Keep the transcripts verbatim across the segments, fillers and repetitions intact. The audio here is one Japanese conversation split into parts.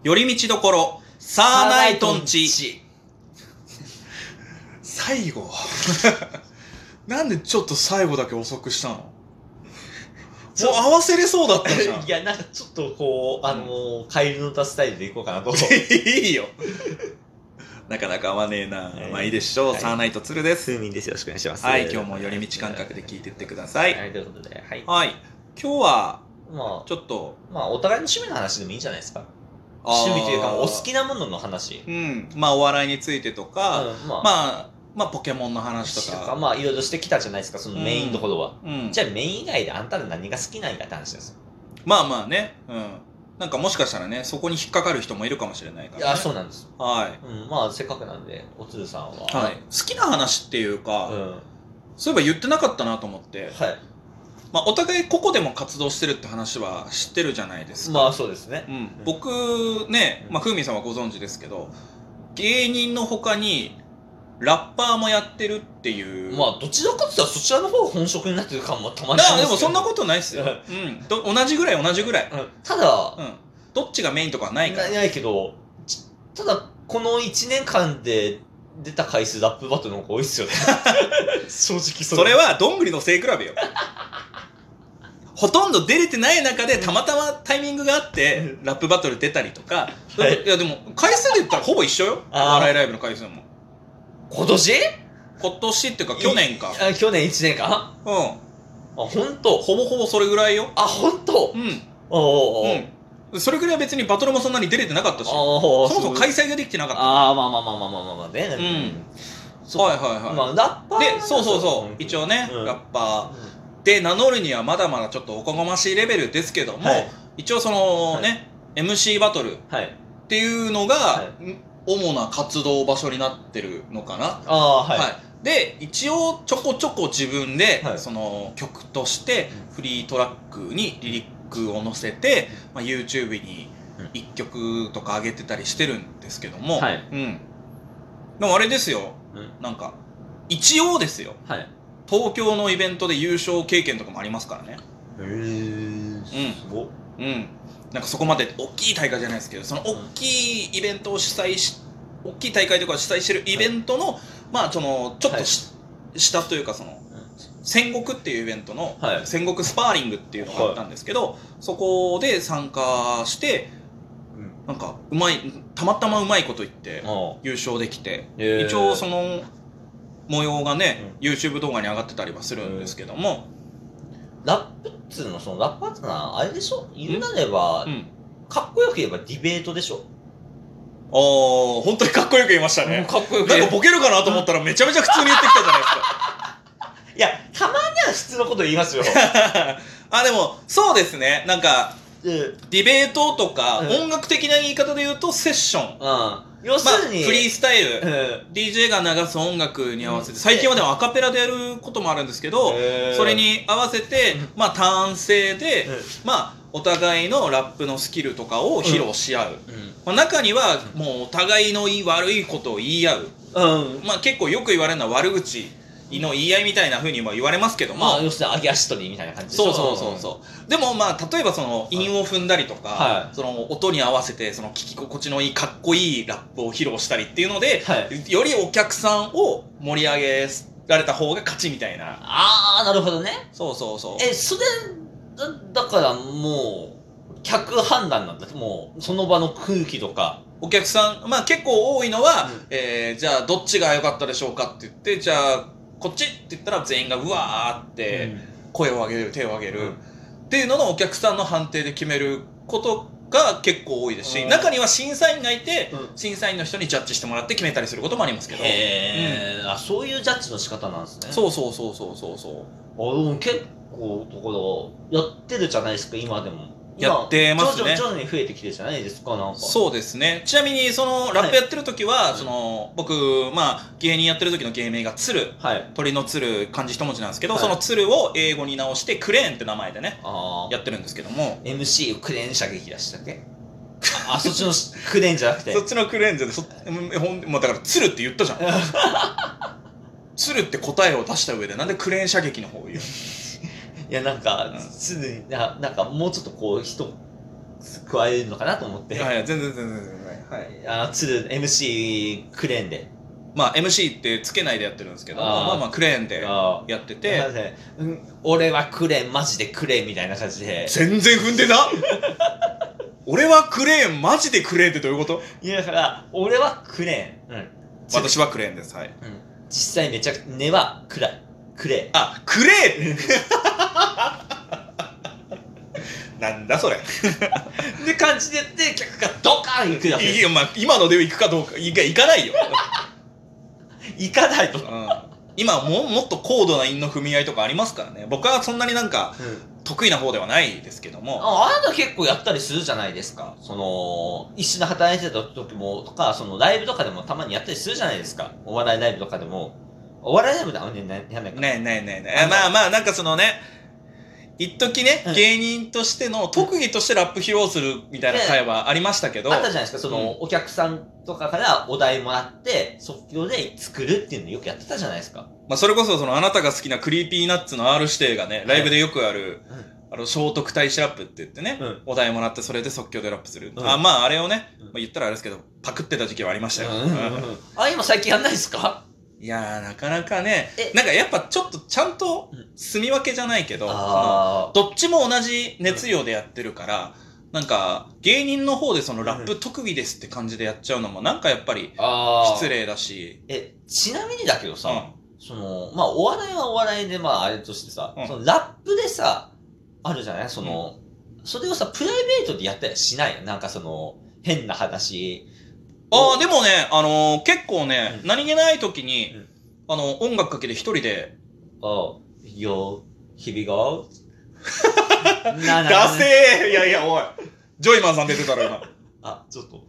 寄り道どころサーナイトンチ。最後なんでちょっと最後だけ遅くしたの？もう合わせれそうだったじゃん。 いや、なんかちょっとこう、あのー、カエルの歌スタイルでいこうかなと。 いいよ。なかなか合わねえな。えー、まあいいでしょう。はい、サーナイトツルです。 ふうみんです。よろしくお願いします。 はい、今日も寄り道感覚で聞いてってください。 はい、ということで、はい。 はい。今日は、 まあ、 ちょっと、 まあ、お互いの趣味の話でもいいんじゃないですか。趣味というか、お好きなものの話。 うん。まあ、お笑いについてとか、うん、まあ、まあ、まあ、ポケモンの話とか。 まあ、いろいろしてきたじゃないですか、そのメインどころは。 うん。 じゃあ、メイン以外であんたら何が好きなんやって話ですよ。 まあまあね。うん。なんかもしかしたらね、そこに引っかかる人もいるかもしれないから、ね。 いや、そうなんです。 はい。 うん、まあ、せっかくなんで、おつるさんは。 はい。好きな話っていうか、 うん、 そういえば言ってなかったなと思って。 はい。 まあ、お互い個々でも活動してるって話は知ってるじゃないですか。 まあ、そうですね。 うん。僕ね、まあ、ふうみんさんはご存知ですけど、芸人の他に、ラッパーもやってるっていう。 まあ、どちらかって言ったらそちらの方が本職になってる感もたまにありますけど。 でもそんなことないっすよ。うん。ど同じぐらい同じぐらい。 うん、ただ、 うん。どっちがメインとかはないから。 なないけど、ただ、このいちねんかんで出た回数ラップバトルの方が多いっすよね。正直それ。 それは、どんぐりの背比べよ。ほとんど出れてない中でたまたまタイミングがあって、ラップバトル出たりとか。はい、いやでも、回数で言ったらほぼ一緒よ。お笑いライブの回数も。 今年今年っていうか去年か。 あ、去年いちねんかん。うん。あ、ほんと。 ほぼほぼそれぐらいよ。 あ、ほんと。 うん。 おーおー。 うん。それぐらい別にバトルもそんなに出れてなかったし。そもそも開催ができてなかった。 ああ、まあまあまあまあまあまあね。 うん。はいはいはい。 まあ、ラッパーで、そうそうそう。一応ね、ラッパーで名乗るにはまだまだちょっとおこがましいレベルですけども、一応そのね、エムシー バトルっていうのが、主な活動場所になってるのかな。 ああ、はい。はい、 で、一応ちょこちょこ自分で、はい、その曲としてフリートラックにリリックを載せて、まあ、YouTube にいっきょくとか上げてたりしてるんですけども、はい、うん。でもあれですよ、うん、なんか、一応ですよ、はい、東京のイベントで優勝経験とかもありますからね。 へー、すごっ。 うん。うんなんかそこまで大きい大会じゃないですけど、その大きいイベントを主催し、大きい大会とか主催してるイベントの、はい、まあその、ちょっとし、はい、下というかその、戦国っていうイベントの、はい、戦国スパーリングっていうのがあったんですけど、はい、そこで参加して、うん、なんかうまい、たまたまうまいこと言って優勝できて、一応その模様がね、うん、YouTube 動画に上がってたりはするんですけども、 ラップっつうの、そのラッパーってのは、あれでしょ言うなれば、うん、かっこよく言えばディベートでしょあー、本当にかっこよく言いましたね。 かっこよくなんかボケるかなと思ったらめちゃめちゃ普通に言ってきたじゃないですか。 いや、たまには普通のこと言いますよ。 あ、でも、そうですね。なんか、うん、ディベートとか、うん、音楽的な言い方で言うとセッション。うん要するに、まあ、フリースタイル、うん、ディージェー が流す音楽に合わせて、最近はでもアカペラでやることもあるんですけど、それに合わせて、まあ単声で、まあお互いのラップのスキルとかを披露し合う。うんまあ、中にはもうお互いのいい悪いことを言い合う。うん、まあ結構よく言われるのは悪口の言い合いみたいな風にも言われますけども。 まあ要するに揚げ足取りみたいな感じでしょ。 そうそうそうそう。でもまあ例えばその韻を踏んだりとか、はい、その音に合わせてその聞き心地のいいかっこいいラップを披露したりっていうので、はい、よりお客さんを盛り上げられた方が勝ちみたいな。 ああ、なるほどね。 そうそうそう。 え、それ、だ, だからもう、客判断なんだ。もう、その場の空気とか。 お客さん、まあ結構多いのは、うん、えー、じゃあどっちが良かったでしょうかって言って、じゃあ、こっちって言ったら全員がうわーって声を上げる、手を上げる、うん、っていうののお客さんの判定で決めることが結構多いですし、うん、中には審査員がいて、うん、審査員の人にジャッジしてもらって決めたりすることもありますけど。 へー、うん、あ、そういうジャッジの仕方なんですね。 そうそうそうそうそうそう。 あ、でも結構ところやってるじゃないですか、今でも。 やってますね。 徐々に増えてきてるじゃないですか、なんか。 そうですね。ちなみに、その、ラップやってる時は、はい、その、僕、まあ、芸人やってる時の芸名が鶴。はい、鳥の鶴、漢字一文字なんですけど、はい、その鶴を英語に直して、クレーンって名前でね、やってるんですけども。 エムシー をクレーン射撃出したっけあ、そっちのクレーンじゃなくて。 そっちのクレーンじゃなくて、ほん、もうだから鶴って言ったじゃん。鶴って答えを出した上で、なんでクレーン射撃の方を言うのいや、なんか、すぐに、ななんか、もうちょっとこう、人、 加えるのかなと思って。 いやいや、全然全然全然。 はい。あの、つる、エムシー クレーンで。 まあ エムシー ってつけないでやってるんですけど、あまあまあクレーンでやってて、 うん、俺はクレーン、マジでクレーンみたいな感じで。 全然踏んでな俺はクレーン、マジでクレーンってどういうこと？ いやだから、俺はクレーン。うん。 私はクレーンです。はい。うん。 実際めちゃくちゃ根は暗い。クレーン。 あ、クレーンなんだそれで感じでやって客がドカーン行くやつ。 いや、まあ、今ので行くかどうか、いか行かないよ行かないと、うん、 今ももっと高度な韻の踏み合いとかありますからね。僕はそんなになんか、うん、得意な方ではないですけども。 ああなた結構やったりするじゃないですか。その一緒に働いてた時もとか、そのライブとかでもたまにやったりするじゃないですか。お笑いライブとかでも。お笑いライブであんねんねやんないか。 ねえねえねえねえ。まあまあなんかそのね、一時ね、うん、芸人としての特技としてラップ披露するみたいな会はありましたけど、 あったじゃないですか。その、うん、お客さんとかからお題もらって即興で作るっていうのよくやってたじゃないですか。 まあそれこそそのあなたが好きなクリーピーナッツの R 指定がね、ライブでよくある、うん、あの聖徳太子ラップって言ってね、うん、お題もらってそれで即興でラップする。うん、あまああれをね、まあ、言ったらあれですけどパクってた時期はありましたよ。うんうんうん、 あ今最近やんないですか？ いやー、なかなかね、なんかやっぱちょっとちゃんと住み分けじゃないけど、うん、そのどっちも同じ熱量でやってるから、うん、なんか芸人の方でそのラップ特技ですって感じでやっちゃうのもなんかやっぱり失礼だし。 え、ちなみにだけどさ、うん、その、まあお笑いはお笑いでまああれとしてさ、うん、そのラップでさ、あるじゃないその、うん、それをさ、プライベートでやったりしないよ。なんかその、変な話。 ああ、でもね、あのー、結構ね、うん、何気ない時に、うん、あの、音楽かけて一人で、 ああ、よ、日々がななダセーいやいや、おい。ジョイマンさん出てたら今。 あ、ちょっと。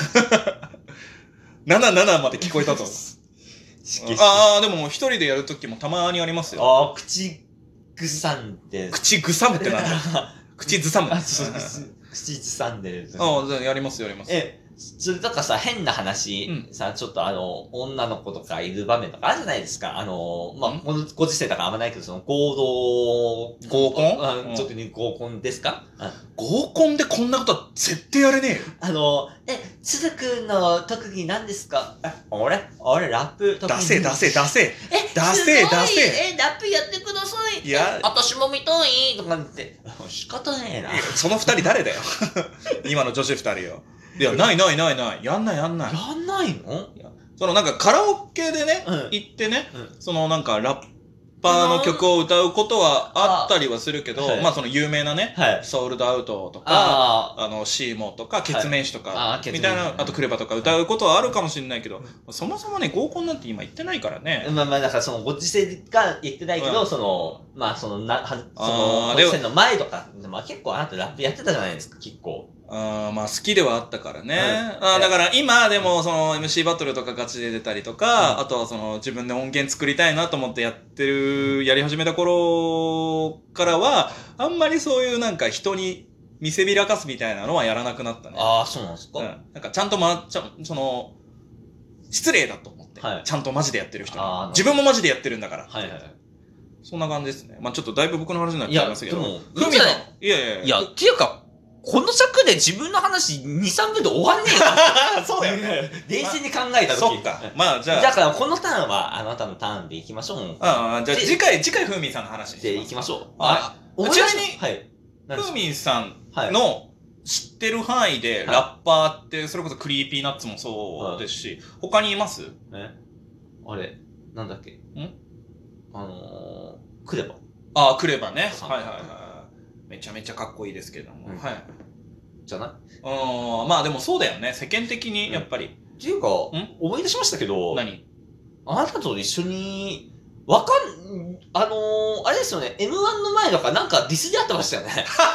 ななななまで聞こえたと。ああ、でも一人でやる時もたまにありますよ。 ああ、口ぐさんで。 口ぐさむってなんだ口ずさむ。 口ずさんで。 ああ、やりますやります。 え、それとかさ、変な話、うん、さ、ちょっとあの、女の子とかいる場面とかあるじゃないですか。あの、まあ、このご時世だからあんまないけど、その合同、 合コン、 うん、特に合コンですか、うん、 合コンでこんなことは絶対やれねえよ。 あの、え、つるくんの特技何ですか？え、俺俺ラップ特技。出せ出せ出せ。 え、 出せ出せ。 え、ラップやってください。 いや、 私も見たいとか言って。仕方ねえな。 その二人誰だよ。今の女子二人よ。いや、ないないないない。やんないやんない。 やんないの？ いやそのなんかカラオケでね、うん、行ってね、うん、そのなんかラッパーの曲を歌うことはあったりはするけど、あまあその有名なね、はい、ソールドアウトとか、あ, あのシーモとか、ケツメイシとか、はい、みたいな、あとクレバとか歌うことはあるかもしれないけど、うん、そもそもね、合コンなんて今言ってないからね。 まあまあ、だからそのご時世が言ってないけど、うん、その、まあその、な、その、ご時世の前とか、まあ結構あなたラップやってたじゃないですか、結構。 あまあ好きではあったからね。うん、あだから今でもその エムシー バトルとかガチで出たりとか、うん、あとはその自分で音源作りたいなと思ってやってる、やり始めた頃からは、あんまりそういうなんか人に見せびらかすみたいなのはやらなくなったね。 ああ、そうなんですか、うん、 なんかちゃんとま、ちゃその、失礼だと思って、はい、ちゃんとマジでやってる人に。自分もマジでやってるんだから。はいはいはい。そんな感じですね。まあちょっとだいぶ僕の話になっちゃいますけど。いや、でも、ふみさん。いやいやいや。 いや、っていうか、この尺で自分の話に、さんぷんで終わんねえよ。そうだよね。 冷静に考えたとき。 そっか。まあじゃあ。 だからこのターンはあなたのターンでいきましょう。 ああ、じゃあ次回、次回ふみさんの話でいきましょう。 あ、ちなみに、はい。ふみさんの知ってる範囲でラッパーって、それこそクリーピーナッツもそうですし、他にいます？ えあれなんだっけんあのー、クレバ。 ああ、クレバね。はいはいはい。めちゃめちゃかっこいいですけれども。うん、はい。 じゃない？ うん、まあでもそうだよね。世間的にやっぱり。うん、 っていうか、ん思い出しましたけど、 何？ あなたと一緒に、わかん、あのー、あれですよね、エムワン の前とかなんかディスであってましたよね。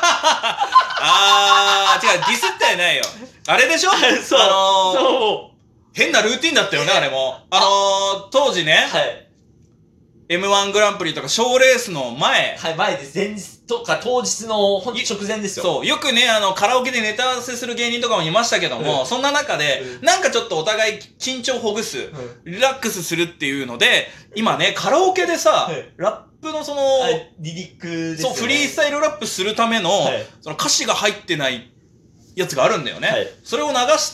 あー、違う、ディスってはないよ。あれでしょ？そう。あのー、そう。変なルーティンだったよね、あれも。あのー、当時ね。はい。エムワン グランプリとか賞レースの前。 はい、前です。前日とか当日のほんと直前ですよ。 そう。よくね、あの、カラオケでネタ合わせする芸人とかもいましたけども、うん、そんな中で、うん、なんかちょっとお互い緊張ほぐす、うん、リラックスするっていうので、今ね、カラオケでさ、はい、ラップのその、 はい、リリックですよね。 そう、フリースタイルラップするための、はい、その歌詞が入ってないやつがあるんだよね。はい、それを流して、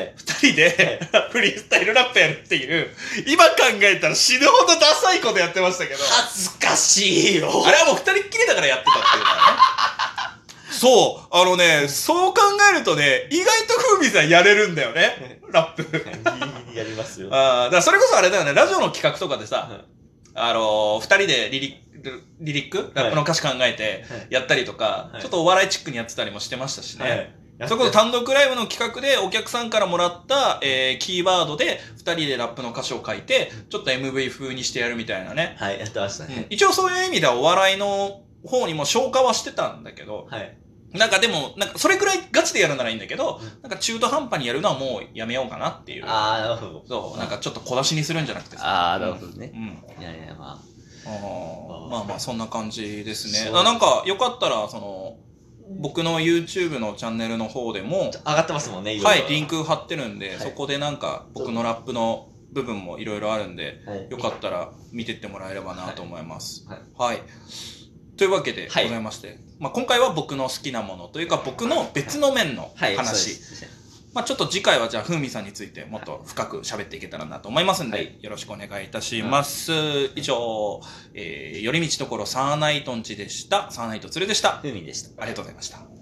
二、はい、人で、はい、フリースタイルラップやるっていう、今考えたら死ぬほどダサいことやってましたけど。 恥ずかしいよ。 あれはもう二人っきりだからやってたっていうのはね。そう、あのね、そう考えるとね、意外と風味さんやれるんだよね、ラップ。 ギリギリやりますよ。 ああ、だからそれこそあれだよね、ラジオの企画とかでさ、あのー、二人でリリリリックラップの歌詞考えてやったりとか、はい、ちょっとお笑いチックにやってたりもしてましたしね。はい、それこそ単独ライブの企画でお客さんからもらった、えー、キーワードで二人でラップの歌詞を書いて、ちょっと エムブイ 風にしてやるみたいなね。 はい、やってましたね。 うん、一応そういう意味ではお笑いの方にも消化はしてたんだけど、はい、なんかでも、なんかそれくらいガチでやるならいいんだけど、なんか中途半端にやるのはもうやめようかなっていう。 ああ、なるほど。 そう、なんかちょっと小出しにするんじゃなくてさ。 ああ、なるほどね。 うん。 いやいや、まあ。 あまあまあそんな感じですね。あなんかよかったらその僕の YouTube のチャンネルの方でも上がってますもんね。いろいろはいリンク貼ってるんで、はい、そこでなんか僕のラップの部分もいろいろあるんで、はい、よかったら見てってもらえればなと思います。はい。はいはい、というわけでございまして、はい、まあ今回は僕の好きなものというか僕の別の面の話。はいはいまあちょっと次回はじゃあふうみさんについてもっと深く喋っていけたらなと思いますんで、はい、よろしくお願いいたします。はい、以上、えー、寄り道ところサーナイトンチでした。サーナイトツルでした。 ふうみでした。 ありがとうございました。